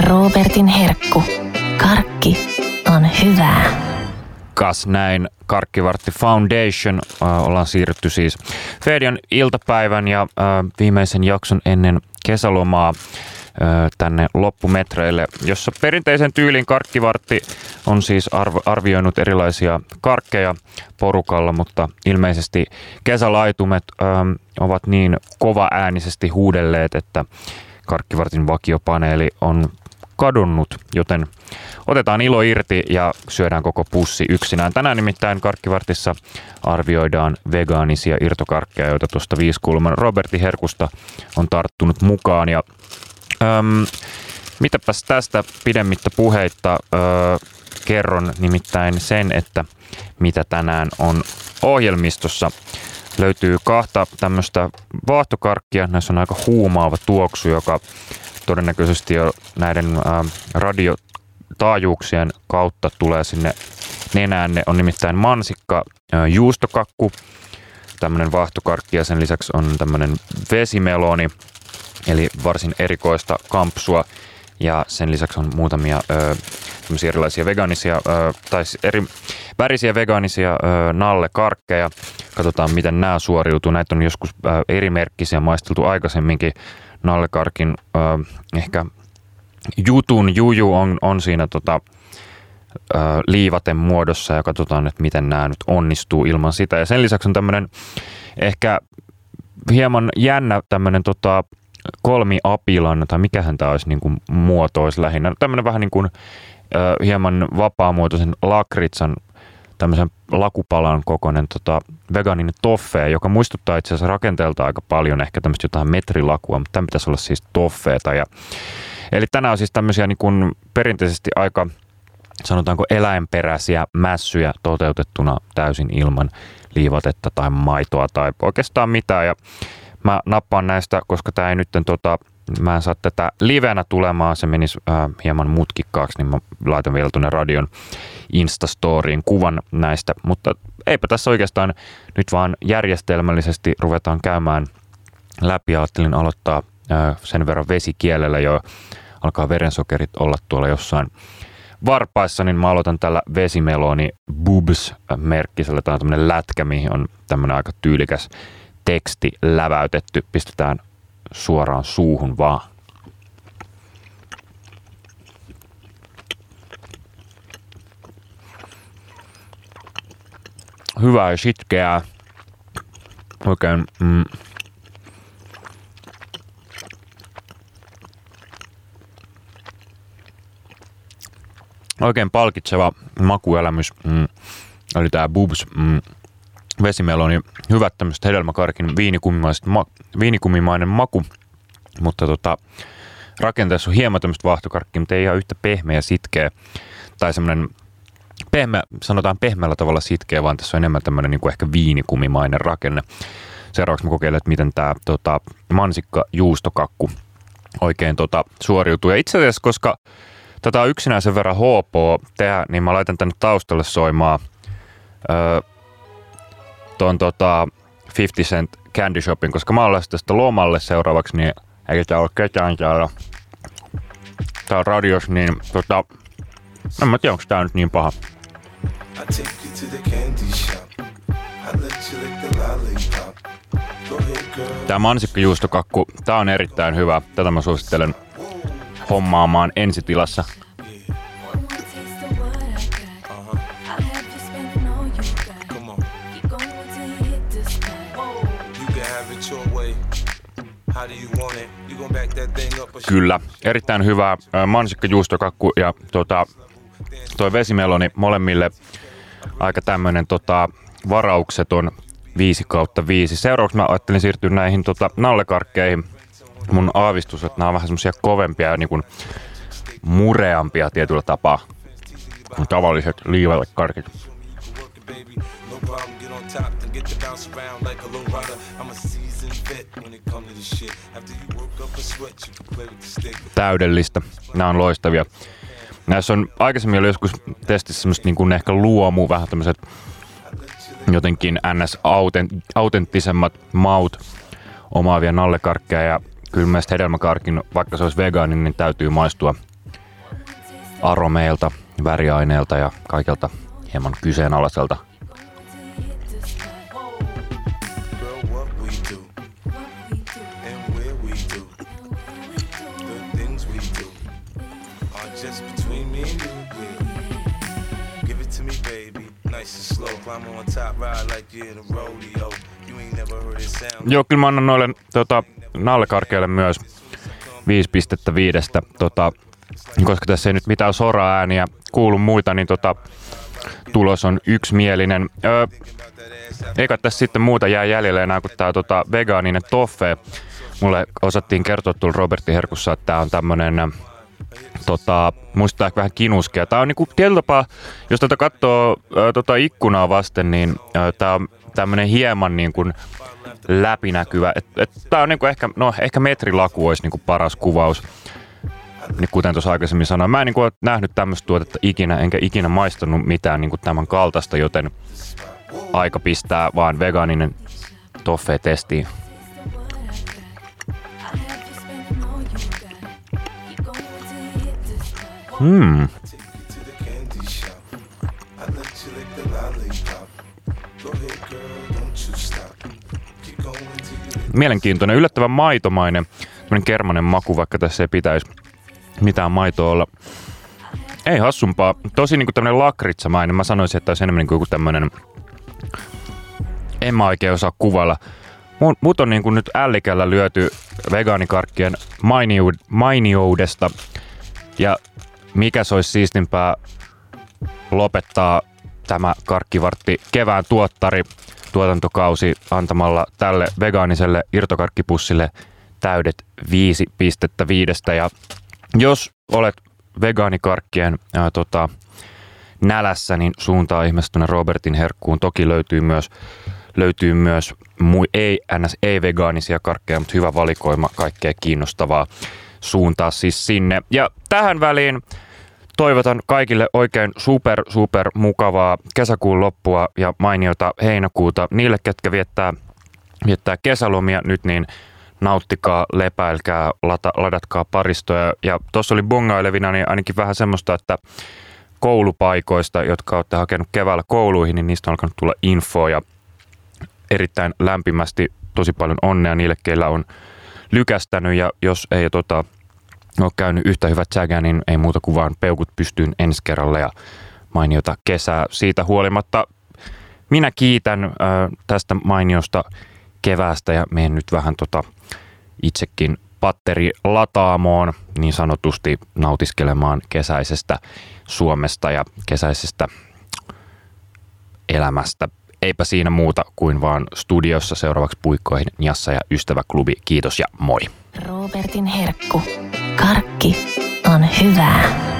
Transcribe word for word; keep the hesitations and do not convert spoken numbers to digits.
Robertin herkku. Karkki on hyvää. Kas näin Karkkivartti Foundation. Äh, ollaan siirrytty siis Fedian iltapäivän ja äh, viimeisen jakson ennen kesälomaa äh, tänne loppumetreille, jossa perinteisen tyylin Karkkivartti on siis arvo, arvioinut erilaisia karkkeja porukalla, mutta ilmeisesti kesälaitumet äh, ovat niin kovaäänisesti huudelleet, että Karkkivartin vakiopaneeli on kadonnut, joten otetaan ilo irti ja syödään koko pussi yksinään. Tänään nimittäin Karkkivartissa arvioidaan vegaanisia irtokarkkeja, joita tuosta viisikulman Robertin herkusta on tarttunut mukaan. Ja, äm, mitäpäs tästä pidemmittä puheitta äh, kerron nimittäin sen, että mitä tänään on ohjelmistossa. Löytyy kahta tämmöistä vaahtokarkkia. Näissä on aika huumaava tuoksu, joka todennäköisesti jo näiden äh, radiotaajuuksien kautta tulee sinne nenäänne. On nimittäin mansikka äh, juustokakku, tämmöinen vaahtokarkki, ja sen lisäksi on tämmöinen vesimeloni, eli varsin erikoista kampsua. Ja sen lisäksi on muutamia äh, tämmöisiä erilaisia vegaanisia, äh, tai eri värisiä vegaanisia äh, nallekarkkeja. Katsotaan, miten nämä suoriutuu. Näitä on joskus äh, erimerkkisiä maisteltu aikaisemminkin. Nallekarkin äh, ehkä jutun juju on, on siinä tota, äh, liivaten muodossa, ja katsotaan, että miten nämä nyt onnistuu ilman sitä. Ja sen lisäksi on tämmöinen ehkä hieman jännä tämmöinen tota, kolmiapilan, tai mikähän tämä olisi niin kuin muoto olisi lähinnä. Tämmöinen vähän niin kuin äh, hieman vapaamuotoisen lakritsan, tämmöisen lakupalan kokoinen tota, vegaaninen toffee, joka muistuttaa itse asiassa rakenteelta aika paljon ehkä tämmöistä jotain metrilakua, mutta tämä pitäisi olla siis toffeeta. Ja, eli tänään on siis tämmöisiä niin kuin perinteisesti aika, sanotaanko, eläinperäisiä mässyjä toteutettuna täysin ilman liivatetta tai maitoa tai oikeastaan mitään. Ja mä nappaan näistä, koska tämä ei nytten tota, mä en saa tätä livenä tulemaan, se menisi äh, hieman mutkikkaaksi, niin mä laitan vielä tuonne radion Instastoriin kuvan näistä, mutta eipä tässä oikeastaan nyt vaan järjestelmällisesti ruvetaan käymään läpi. Ajattelin aloittaa äh, sen verran vesikielellä jo, alkaa verensokerit olla tuolla jossain varpaissa, niin mä aloitan tällä vesimeloni Boobs-merkkisellä. Tämä on tämmöinen lätkä, mihin on tämmöinen aika tyylikäs teksti läväytetty. Pistetään suoraan suuhun vaan. Hyvää ja sitkeää. Oikein mm, oikein palkitseva makuelämys. Mm, oli tää Boobs mm, vesimeloni. Hyvät tämmöiset hedelmäkarkin ma- viinikummimainen maku, mutta tota, rakenteessa on hieman tämmöistä vaahtokarkkia, mutta ei ihan yhtä pehmeä ja sitkeä. Tai semmoinen pehmeä, sanotaan pehmeällä tavalla sitkeä, vaan tässä on enemmän tämmöinen niin kuin ehkä viinikummimainen rakenne. Seuraavaksi mä kokeilen, että miten tämä tota, mansikka juustokakku oikein tota, suoriutuu. Ja itse asiassa, koska tätä on yksinään sen verran hoopoo tehdä, niin mä laitan tänne taustalle soimaan öö, tuon tota fifty Cent Candy Shopin, koska mä olen tästä lomalle seuraavaksi, niin ei täällä ole ketään täällä, täällä radios, niin tota, en mä tiedä, onko tää nyt niin paha. Tää mansikkajuustokakku, tää on erittäin hyvä. Tätä mä suosittelen hommaamaan ensitilassa. Kyllä, erittäin hyvä mansikkajuustokakku ja tota, toi vesimeloni molemmille aika tämmönen tota, varaukseton viisi kautta viisi. Seuraavaksi mä ajattelin siirtyä näihin tota, nallekarkkeihin. Mun aavistus, että nämä on vähän semmosia kovempia ja niin kuin mureampia tietyllä tapaa kuin tavalliset liivallekarkit. Täydellistä. Nämä on loistavia. Näissä on aikaisemmin ollut joskus testissä semmoista niin kuin ehkä luomu, vähän tämmöiset jotenkin ns. Autenttisemmat maut omaavia nallekarkkeja. Ja kyllä mielestäni hedelmäkarkin, vaikka se olisi vegaani, niin täytyy maistua aromeilta, väriaineilta ja kaikelta hieman kyseenalaiselta. Joo, kyllä mä annan noille tota, nallekarkeille myös viisi pilkku viisi. Tota, koska tässä ei nyt mitään sora-ääniä kuulu muita, niin tota, tulos on yksimielinen. Öö, eikä tässä sitten muuta jää jäljelle enää kuin tää tota, vegaaninen toffee. Mulle osattiin kertoa tuolla Robertin herkussa, että tää on tämmönen Tota, muistaa ehkä vähän kinuskea. Tää on niinku tietyllä tapaa, jos tätä katsoo ää, tota ikkunaa vasten, niin ää, tää on tämmönen hieman niinku läpinäkyvä. Et, et, tää on niinku ehkä, no ehkä metrilaku olisi niinku paras kuvaus. Niin kuten tuossa aikaisemmin sanoin, mä en niinku ole nähnyt tämmöistä tuotetta ikinä, enkä ikinä maistanut mitään niinku tämän kaltaista, joten aika pistää vaan vegaaninen toffee testiin. Hmm. Mielenkiintoinen, yllättävän maitomainen, tämmöinen kermanen maku, vaikka tässä ei pitäisi mitään maitoa olla. Ei hassumpaa, tosi niinku tämmöinen lakritsamainen. Mä sanoisin, että olisi enemmän niinku joku tämmöinen, en mä oikein osaa kuvailla. Mut on niinku nyt ällikällä lyöty vegaanikarkkien mainiou- mainioudesta ja mikä se olisi siistimpää lopettaa tämä karkkivartti kevään tuottari tuotantokausi antamalla tälle vegaaniselle irtokarkkipussille täydet viisi pilkku viisi. Ja jos olet vegaanikarkkien ää, tota, nälässä, niin suuntaa ihmeessä tuonne Robertin herkkuun. Toki löytyy myös, löytyy myös mui, ei, ns. Ei-vegaanisia karkkeja, mutta hyvä valikoima, kaikkea kiinnostavaa. Suuntaa siis sinne. Ja tähän väliin toivotan kaikille oikein super, super mukavaa kesäkuun loppua ja mainiota heinäkuuta. Niille, ketkä viettää, viettää kesälomia nyt, niin nauttikaa, lepäilkää, lata, ladatkaa paristoja. Ja tuossa oli bongailevina niin ainakin vähän semmoista, että koulupaikoista, jotka olette hakenut keväällä kouluihin, niin niistä on alkanut tulla infoa ja erittäin lämpimästi tosi paljon onnea niille, keillä on lykästänyt ja jos ei tota, ole käynyt yhtä hyvät sägää, niin ei muuta kuin vaan peukut pystyyn ensi kerralla ja mainiota kesää siitä huolimatta. Minä kiitän äh, tästä mainiosta keväästä ja menen nyt vähän tota, itsekin patteri lataamoon niin sanotusti nautiskelemaan kesäisestä Suomesta ja kesäisestä elämästä. Eipä siinä muuta kuin vaan studiossa seuraavaksi puikkoihin Jassa ja Ystäväklubi. Kiitos ja moi. Robertin herkku. Karkki on hyvää.